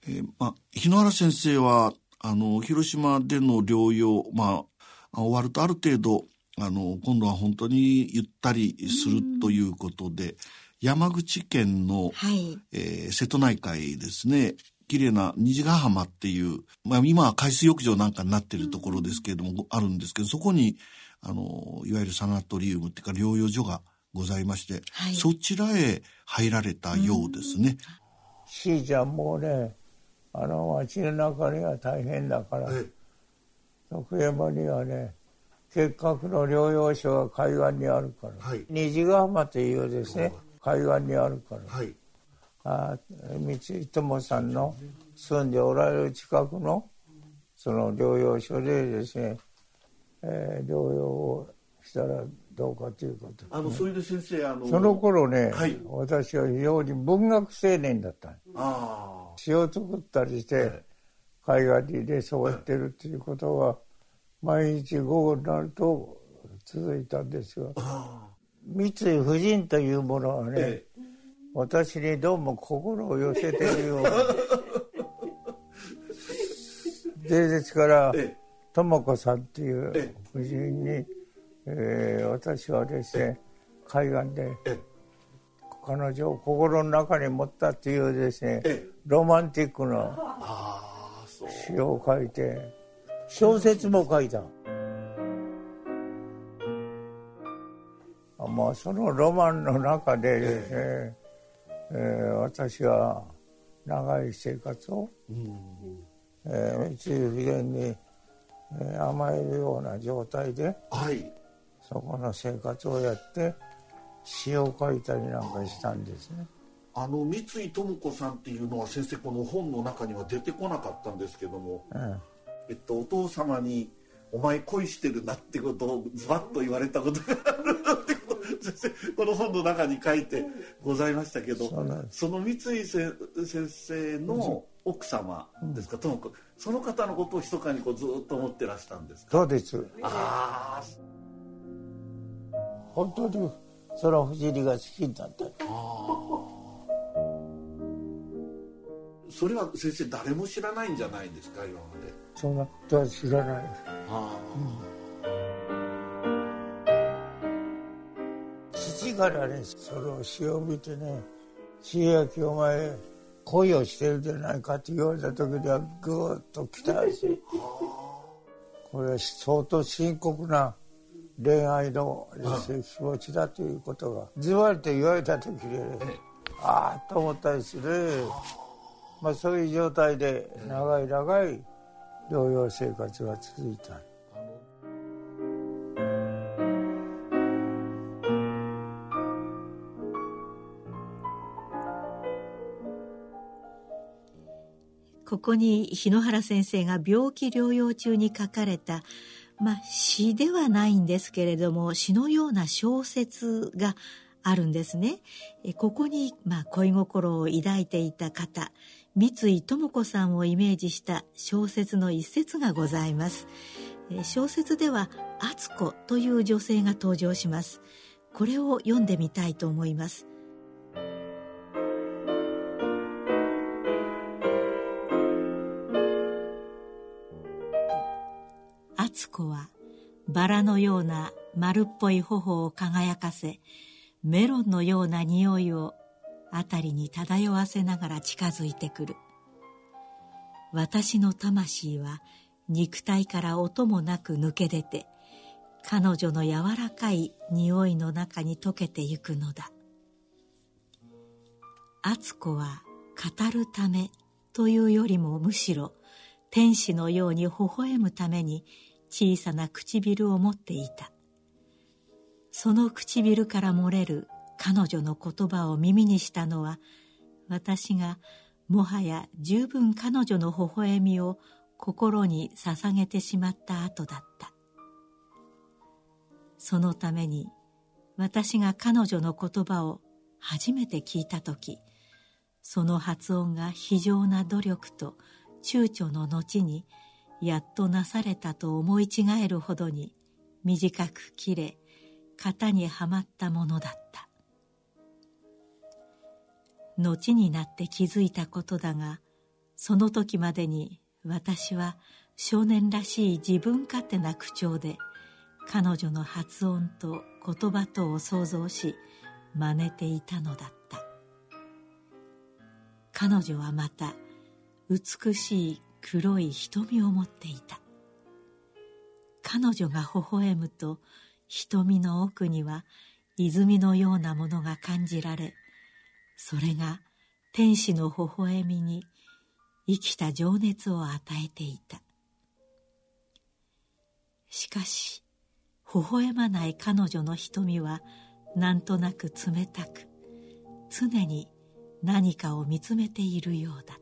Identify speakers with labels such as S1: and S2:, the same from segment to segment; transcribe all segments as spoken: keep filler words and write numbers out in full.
S1: えーまあ、日野原先生はあの広島での療養、まあ、終わるとある程度あの今度は本当にゆったりするということで、山口県の、はい、えー、瀬戸内海ですね、綺麗な虹ヶ浜っていう、まあ、今は海水浴場なんかになっているところですけれども、うん、あるんですけど、そこにあのいわゆるサナトリウムっていうか療養所がございまして、はい、そちらへ入られたようですね。
S2: しーちゃんもね、あの街の中には大変だから、徳山にはね、結核の療養所が海岸にあるから、はい、虹ヶ浜というですね、海岸にあるから、はい、あ三井友さんの住んでおられる近くのその療養所でですね、えー、療養をしたらどうかということ、ね、
S1: あのそれで先生、あの
S2: その頃ね、はい、私は非常に文学青年だった。
S1: あ
S2: 詩を作ったりして、はい、海岸にでそうやってるっていうことは、毎日午後になると続いたんですが、三井夫人というものはね、ええ、私にどうも心を寄せているようなでですから智子さんっていう夫人に、ええー、私はですね、海岸で彼女を心の中に持ったっていうですね、ロマンティックな詩を書いて、小説も書いた。まあ、そのロマンの中でですね、えーえー、私は長い生活を、うんえー、三井不言に、えー、甘えるような状態で、はい、そこの生活をやって詩を書いたりなんかしたんですね。
S1: あの三井智子さんっていうのは先生、この本の中には出てこなかったんですけども、うんえっと、お父様にお前恋してるなってことをズバッと言われたことがあるってことを先生この本の中に書いてございましたけど、その三井先生の奥様ですか、智子、その方のことを密かにこうずっと思ってらしたんですか。
S2: そうです。
S1: あ
S2: 本当にその不思議が好きだった。
S1: あそれは先生誰も知らないんじゃないんですか、今まで。
S2: そんなことは知らないです。
S1: あ、
S2: うん、父からね、その詩を見てね、千秋お前恋をしてるじゃないかって言われた時にはぐーっときたし、これは相当深刻な恋愛の気持ちだということがズバリと言われた時で、ね、ああと思ったりする。まあ、そういう状態で長い長い療養生活が続いた。
S3: ここに日野原先生が病気療養中に書かれた、まあ、詩ではないんですけれども詩のような小説があるんですね。ここに、まあ、恋心を抱いていた方、三井智子さんをイメージした小説の一節がございます。小説では敦子という女性が登場します。これを読んでみたいと思います。敦子はバラのような丸っぽい頬を輝かせ、メロンのような匂いを辺りに漂わせながら近づいてくる。私の魂は肉体から音もなく抜け出て、彼女の柔らかい匂いの中に溶けてゆくのだ。敦子は語るためというよりもむしろ天使のように微笑むために小さな唇を持っていた。その唇から漏れる彼女の言葉を耳にしたのは、私がもはや十分彼女の微笑みを心に捧げてしまった後だった。そのために私が彼女の言葉を初めて聞いたとき、その発音が非常な努力と躊躇の後にやっとなされたと思い違えるほどに短く切れ、型にはまったものだった。後になって気づいたことだが、 その時までに私は少年らしい自分勝手な口調で彼女の発音と言葉とを想像し真似ていたのだった。彼女はまた美しい黒い瞳を持っていた。彼女が微笑むと瞳の奥には泉のようなものが感じられ、それが天使の微笑みに生きた情熱を与えていた。しかし微笑まない彼女の瞳はなんとなく冷たく、常に何かを見つめているようだった。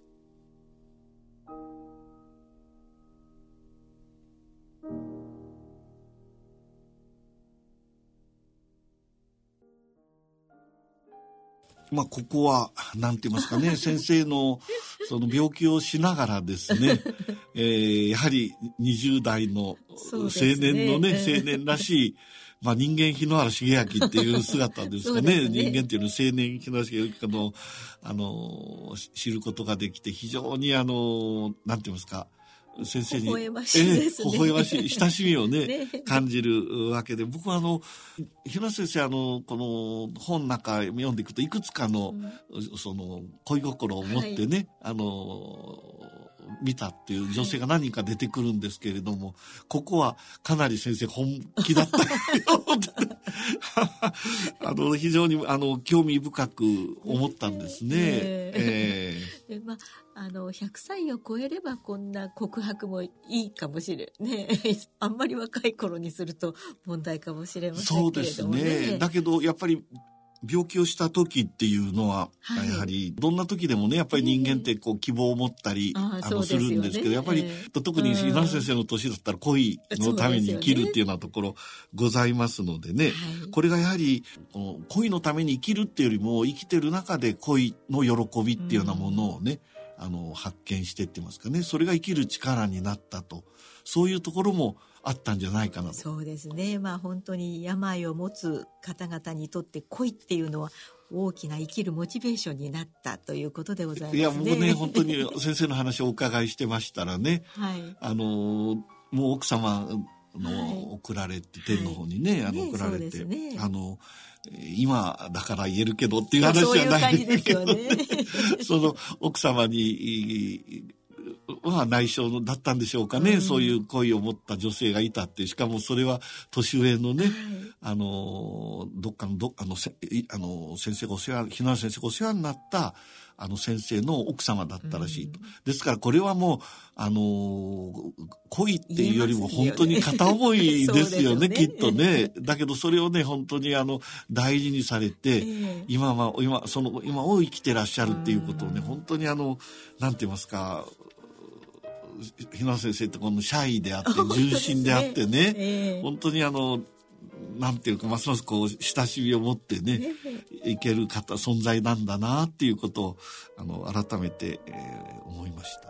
S1: まあ、ここはなんて言いますかね先生のその病気をしながらですね、えー、やはりにじゅう代の青年のね、青年らしい、まあ、人間日野原重明っていう姿ですかね。人間っていうのは青年日野原重明のあの知ることができて、非常にあのなんて言いますか、先生に
S3: 微笑ましいですね。
S1: えー、微笑ましい親しみをね
S3: ね
S1: 感じるわけで、僕はあの日野先生あのこの本の中読んでいくといくつかの、うん、その恋心を持ってね、はい、あの見たっていう女性が何人か出てくるんですけれども、はい、ここはかなり先生本気だったようであの非常にあの興味深く思ったんですね。えーえー
S3: まあ、あのひゃくさいを超えればこんな告白もいいかもしれんね。あんまり若い頃にすると問題かもしれませんけれどもね。
S1: そうですね。だけどやっぱり病気をした時っていうのは、はい、やはりどんな時でもねやっぱり人間ってこう希望を持ったり、えー、あのするんですけど、やっぱり、えー、特に稲田先生の年だったら恋のために生きるっていうようなところございますのでね、はい、これがやはり恋のために生きるっていうよりも生きてる中で恋の喜びっていうようなものをね、うん、あの発見してってますかね、それが生きる力になったと、そういうところもあったんじゃないかなと。
S3: そうですね。まあ本当に病を持つ方々にとって恋っていうのは大きな生きるモチベーションになったということでございますね。
S1: いや僕ね本当に先生の話をお伺いしてましたらね、はい、あのもう奥様の送られて、はい、天の方にね、はい、あの送られて、ね、あの今だから言えるけどっていう話じゃないですけど、そういう感じですよね。その奥様には内緒だったんでしょうかね、うん、そういう恋を持った女性がいたって、しかもそれは年上のね、はい、あのどっかのどあのせあの先生がお世話日野先生がお世話になったあの先生の奥様だったらしいと、うん、ですからこれはもうあの恋っていうよりも本当に片思いですよね、きっとね。だけどそれをね本当にあの大事にされて、えー、今は今その今を生きてらっしゃるっていうことをね、うん、本当にあのなんて言いますか、日野先生ってこのシャイであって重心であってね、えー、本当にあのなんていうかますますこう親しみを持ってね、えー、いける方存在なんだなっていうことをあの改めて、えー、思いました。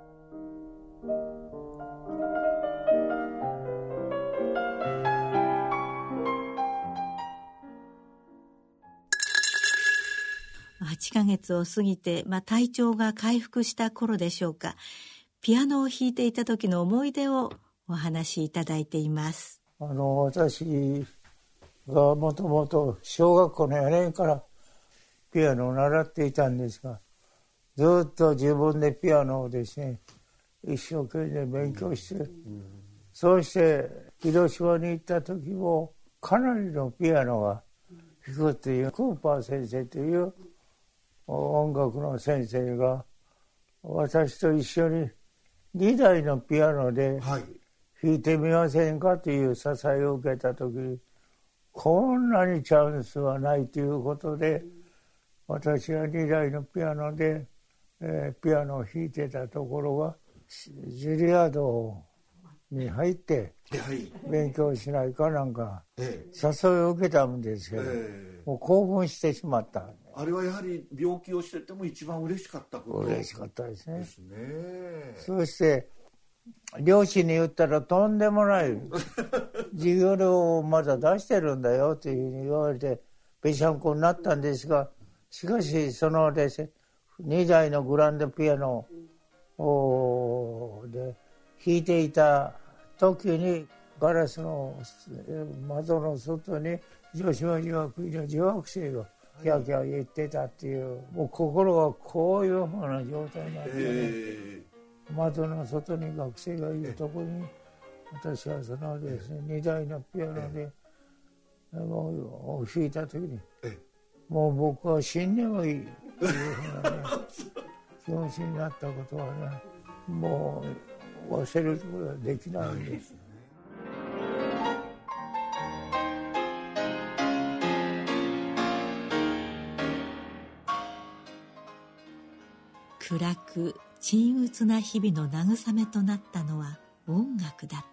S3: はちかげつを過ぎて、まあ、体調が回復した頃でしょうか、ピアノを弾いていた時の思い出をお話しいただいています。
S2: あの私がもともと小学校のよねんからピアノを習っていたんですが、ずっと自分でピアノをですね一生懸命勉強して、うん、そうして広島に行った時もかなりのピアノが弾くっていうクーパー先生という音楽の先生が私と一緒ににだいのピアノで弾いてみませんかという支えを受けた時に、こんなにチャンスはないということで、私はにだいのピアノで、えー、ピアノを弾いてたところがジュリアードに入って勉強しないかなんか誘いを受けたんですけど、もう興奮してしまった。
S1: あれはやはり病気をしてても一番嬉しかったこと
S2: 嬉しかったですね。
S1: ですね。
S2: そして両親に言ったらとんでもない授業料をまだ出してるんだよというふうに言われてぺしゃんこになったんですが、しかしそのですねにだいのグランドピアノをで弾いていた時にガラスの窓の外に広島女学院の女学生がキャーキャー言ってたっていう、もう心がこういうふうな状態になってね、窓の外に学生がいるところに私はそのですねにだいのピアノでもう弾いた時にもう僕は死んでもいいっていうふうなね気持ちになったことはね、もう忘れることはできないんです。
S3: 暗く沈鬱な日々の慰めとなったのは音楽だった。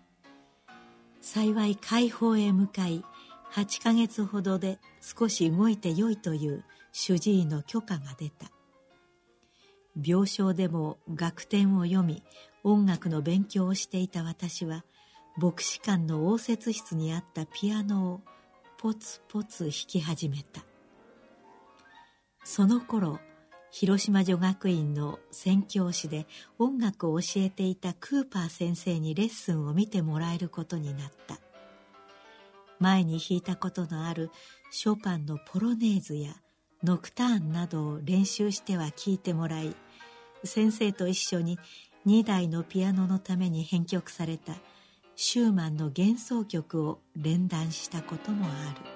S3: 幸い解放へ向かいはちかげつほどで少し動いてよいという主治医の許可が出た。病床でも楽典を読み音楽の勉強をしていた私は牧師館の応接室にあったピアノをポツポツ弾き始めた。その頃広島女学院の宣教師で音楽を教えていたクーパー先生にレッスンを見てもらえることになった。前に弾いたことのあるショパンのポロネーズやノクターンなどを練習しては聴いてもらい、先生と一緒ににだいのピアノのために編曲されたシューマンの幻想曲を連弾したこともある。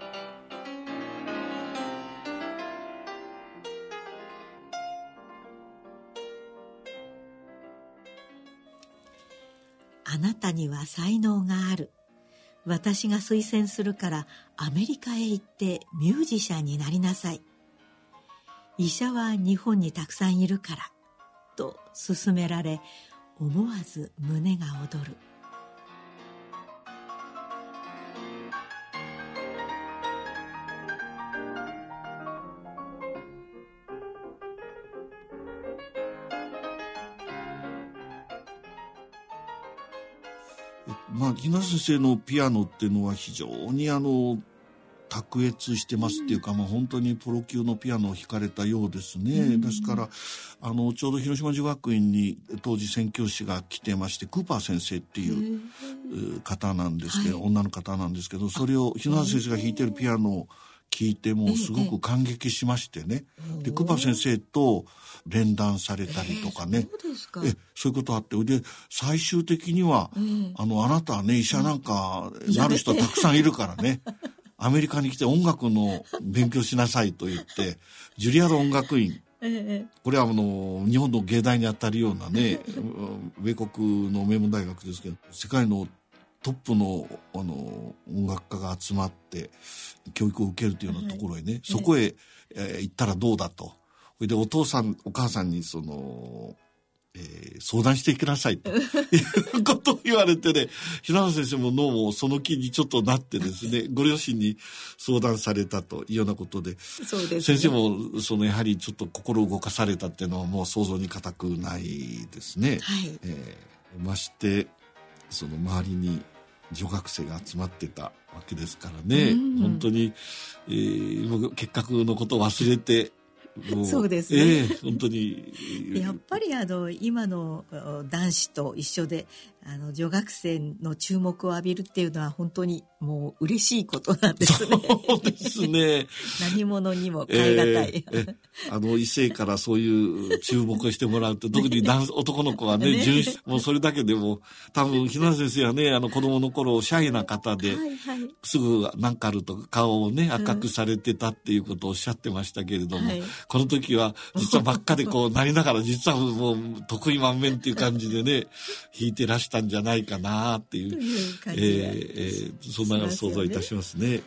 S3: あなたには才能がある。私が推薦するからアメリカへ行ってミュージシャンになりなさい。医者は日本にたくさんいるから、と勧められ、思わず胸が躍る。
S1: まあ、木梨先生のピアノっていうのは非常にあの卓越してますっていうか、うん、まあ、本当にプロ級のピアノを弾かれたようですね、うん、ですからあのちょうど広島女学院に当時宣教師が来てまして、クーパー先生っていう方なんですけど、はい、女の方なんですけど、それを日野先生が弾いてるピアノを聞いてもうすごく感激しましてね、でクーパー先生と連弾されたりとかね、
S3: えー、そうですか。
S1: えそういうことあって、で最終的には、えー、あのあなたはね医者なんかなる人たくさんいるからねアメリカに来て音楽の勉強しなさいと言ってジュリアード音楽院、ええ、これはあの日本の芸大にあたるようなね米国の名門大学ですけど、世界のトップの、あの音楽家が集まって教育を受けるというようなところへね、はい、そこへ、えー、行ったらどうだと。それでお父さんお母さんにそのえー、相談してくださいということを言われてね、平野先生も脳もその気にちょっとなってですねご両親に相談されたというようなことで、
S3: そうですね、
S1: 先生もそのやはりちょっと心動かされたっていうのはもう想像に難くないですね、
S3: はい、
S1: えー、ましてその周りに女学生が集まってたわけですからね、うん、本当に、えー、結核のことを忘れて
S3: そうですね、
S1: えー、本当に
S3: やっぱりあの今の男子と一緒であの女学生の注目を浴びるっていうのは本当にもう嬉しいことなんですね。
S1: そうですね
S3: 何者にも代え難い、
S1: えー、えあの異性からそういう注目をしてもらうと特に男男の子はねねもうそれだけでも多分日野先生はねあの子供の頃シャイな方で、はいはい、すぐ何かあると顔をね赤くされてたっていうことをおっしゃってましたけれども、はい、この時は実は真っ赤でこうなりながら実はもう得意満面っていう感じでね弾いてらしたんじゃないかなっていう、いう感じが、えーえー、そんな想像いたしますね。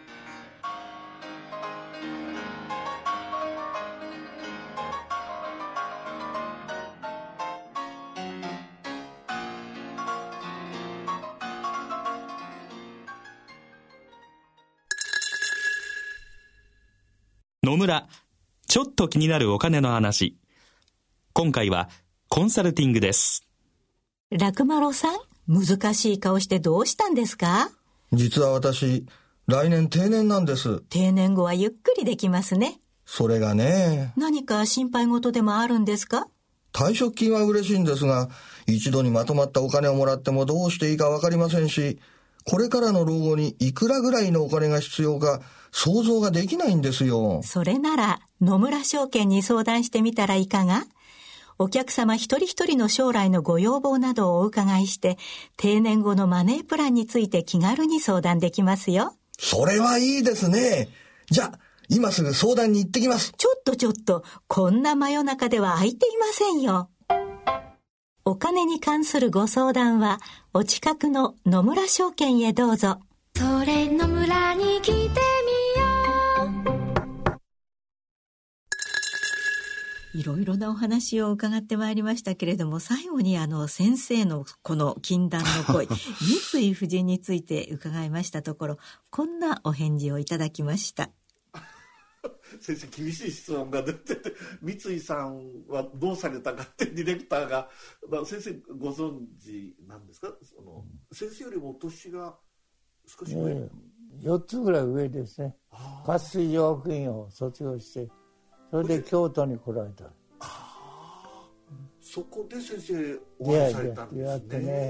S4: 野村、ちょっと気になるお金の話。今回はコンサルティングです。
S3: 楽丸さん、難しい顔してどうしたんですか？
S5: 実は私、来年定年なんです。
S3: 定年後はゆっくりできますね。
S5: それがね。
S3: 何か心配事でもあるんですか？
S5: 退職金は嬉しいんですが、一度にまとまったお金をもらってもどうしていいかわかりませんし、これからの老後にいくらぐらいのお金が必要か想像ができないんですよ。
S3: それなら野村証券に相談してみたらいかが？お客様一人一人の将来のご要望などをお伺いして、定年後のマネープランについて気軽に相談できますよ。
S5: それはいいですね。じゃあ今すぐ相談に行ってきます。
S3: ちょっとちょっと、こんな真夜中では空いていませんよ。お金に関するご相談はお近くの野村証券へどうぞ。
S6: それ野村に来てみよう。
S3: いろいろなお話を伺ってまいりましたけれども、最後にあの先生のこの禁断の恋三井夫人について伺いましたところ、こんなお返事をいただきました。
S1: 先生、厳しい質問が出てて、三井さんはどうされたかってディレクターが、先生ご存知なんですか？その先生よりも年が少し上、
S2: ね、よっつぐらい上ですね。渇水女学院を卒業して、それで京都に来られた。
S1: あ、そこで先生お会いされたんですね。出会ってね、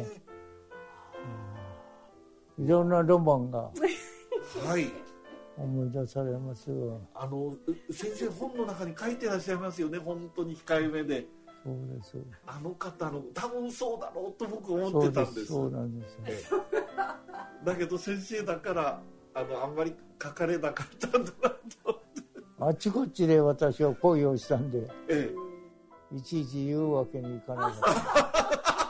S2: いろんなロマンが
S1: はい
S2: 思い出されますよ。
S1: あの先生本の中に書いてらっしゃいますよね。本当に控えめで。
S2: そうです。
S1: あの方の多分そうだろうと僕思ってたんです。
S2: そうなんですね。
S1: だけど先生だからあのあんまり書かれなかったんだなと。
S2: あちこちで私は恋をしたんで、
S1: え
S2: え、いちいち言うわけにいかなかった。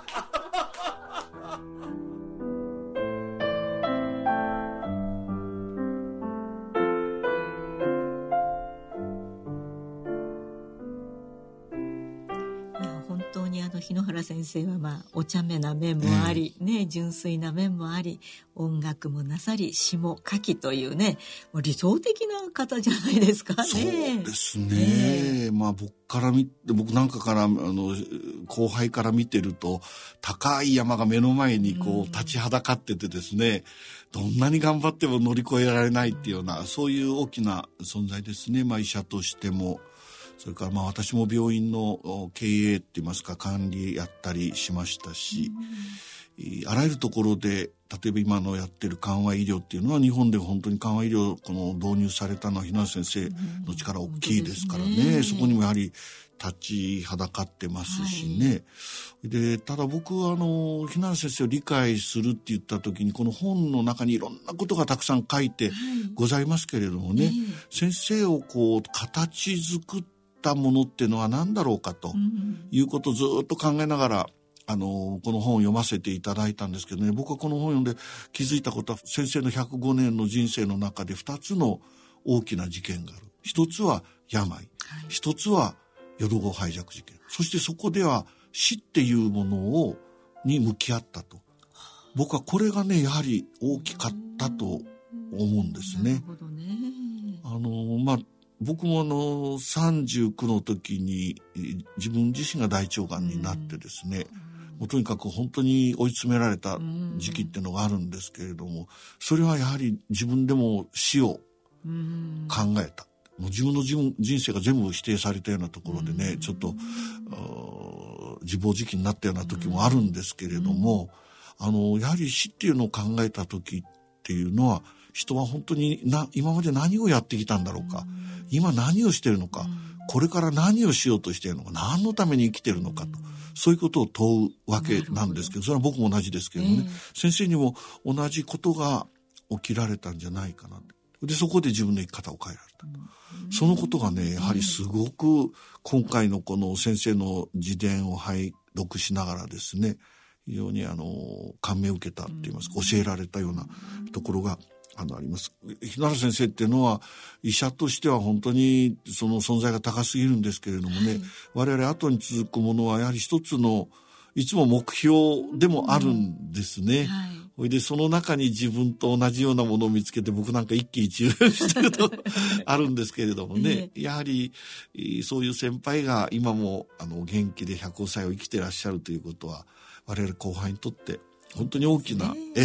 S3: 日野原先生はまあお茶目な面もあり、えー、ね、純粋な面もあり、音楽もなさり、詩も書きというね、もう理想的な方じゃないですかね。
S1: そうですね、えー、まあ僕から見て、僕なんかからあの後輩から見てると、高い山が目の前にこう立ちはだかっててですね、どんなに頑張っても乗り越えられないっていうような、そういう大きな存在ですね。まあ医者としても、それからまあ私も病院の経営って言いますか管理やったりしましたし、うん、あらゆるところで例えば今のやってる緩和医療っていうのは日本で本当に緩和医療この導入されたのは日野先生の力大きいですからね、うんね、そこにもやはり立ちはだかってますしね、はい、でただ僕はあの日野先生を理解するって言った時にこの本の中にいろんなことがたくさん書いてございますけれどもね、はい、先生をこう形作ってものっていうのは何だろうかということをずっと考えながらあのこの本を読ませていただいたんですけどね、僕はこの本を読んで気づいたことは先生のひゃくごねんの人生の中でふたつの大きな事件がある。一つは病、はい、一つは淀号ハイジャック事件、そしてそこでは死っていうものをに向き合ったと。僕はこれがねやはり大きかったと思うんですね。なるほどね。あのまあ僕もあのさんじゅうきゅうの時に自分自身が大腸がんになってですね、もうとにかく本当に追い詰められた時期っていうのがあるんですけれども、それはやはり自分でも死を考えた。もう自分の自分人生が全部否定されたようなところでね、ちょっと自暴自棄になったような時もあるんですけれども、あのやはり死っていうのを考えた時っていうのは人は本当にな今まで何をやってきたんだろうか、今何をしているのか、これから何をしようとしているのか、何のために生きているのかと、そういうことを問うわけなんですけど、それは僕も同じですけどね、えー、先生にも同じことが起きられたんじゃないかな。でそこで自分の生き方を変えられた、うん、そのことがねやはりすごく今回のこの先生の自伝を拝読しながらですね、非常にあの感銘を受けたって言いますか、教えられたようなところがあのあります。日野原先生っていうのは医者としては本当にその存在が高すぎるんですけれどもね、はい、我々後に続くものはやはり一つのいつも目標でもあるんですね、うん、はい、それでその中に自分と同じようなものを見つけて、僕なんか一喜一憂してるとあるんですけれどもね、やはりそういう先輩が今もあの元気でひゃくごさいを生きてらっしゃるということは我々後輩にとって本当に大きな、え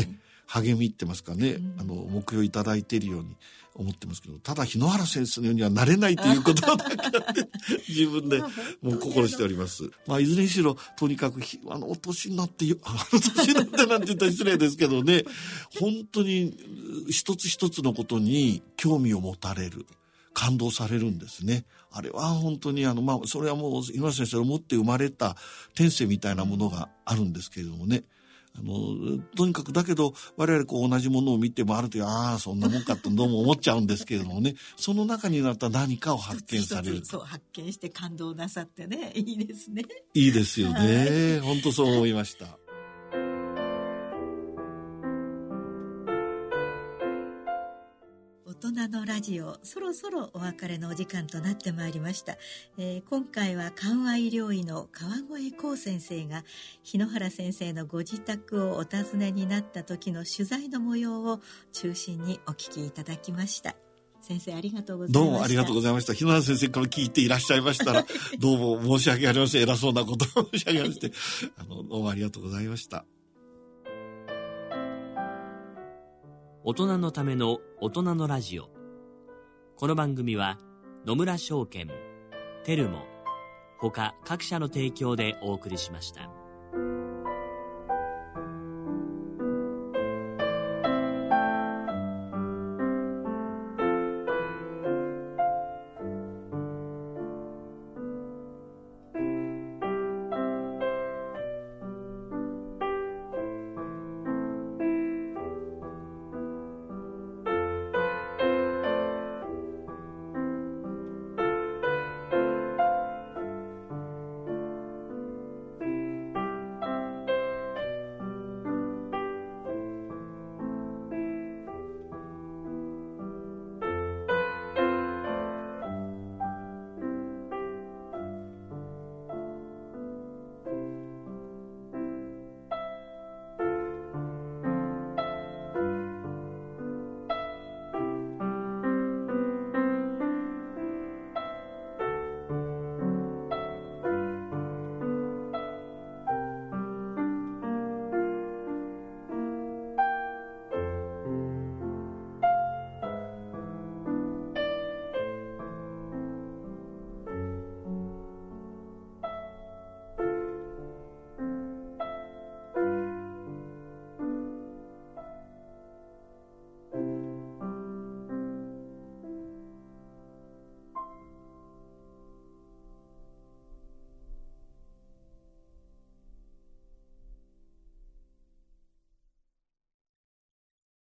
S1: 励みってますかね、うん、あの目標いただいているように思ってますけど、ただ日野原先生のようにはなれないということだけ自分でもう心しております。まあいずれにしろとにかくあのお年になってよあの年になってなんて言ったら失礼ですけどね、本当に一つ一つのことに興味を持たれる、感動されるんですね。あれは本当にあのまあそれはもう日野原先生を持って生まれた天性みたいなものがあるんですけれどもね。あのとにかくだけど我々こう同じものを見てもあるとああそんなもんかってどうも思っちゃうんですけれどもね、その中になった何かを発見される、
S3: そう発見して感動なさってね、いいですね。
S1: いいですよね、はい、本当そう思いました。
S3: 大人のラジオ、そろそろお別れのお時間となってまいりました、えー、今回は緩和医療医の川越幸先生が日野原先生のご自宅をお訪ねになった時の取材の模様を中心にお聞きいただきました。先生ありがとうございました。
S1: どうもありがとうございました。日野原先生から聞いていらっしゃいましたらどうも申し訳ありません、偉そうなことを申し上げましてあのどうもありがとうございました。
S7: 大人のための大人のラジオ。この番組は野村証券、テルモ、他各社の提供でお送りしました。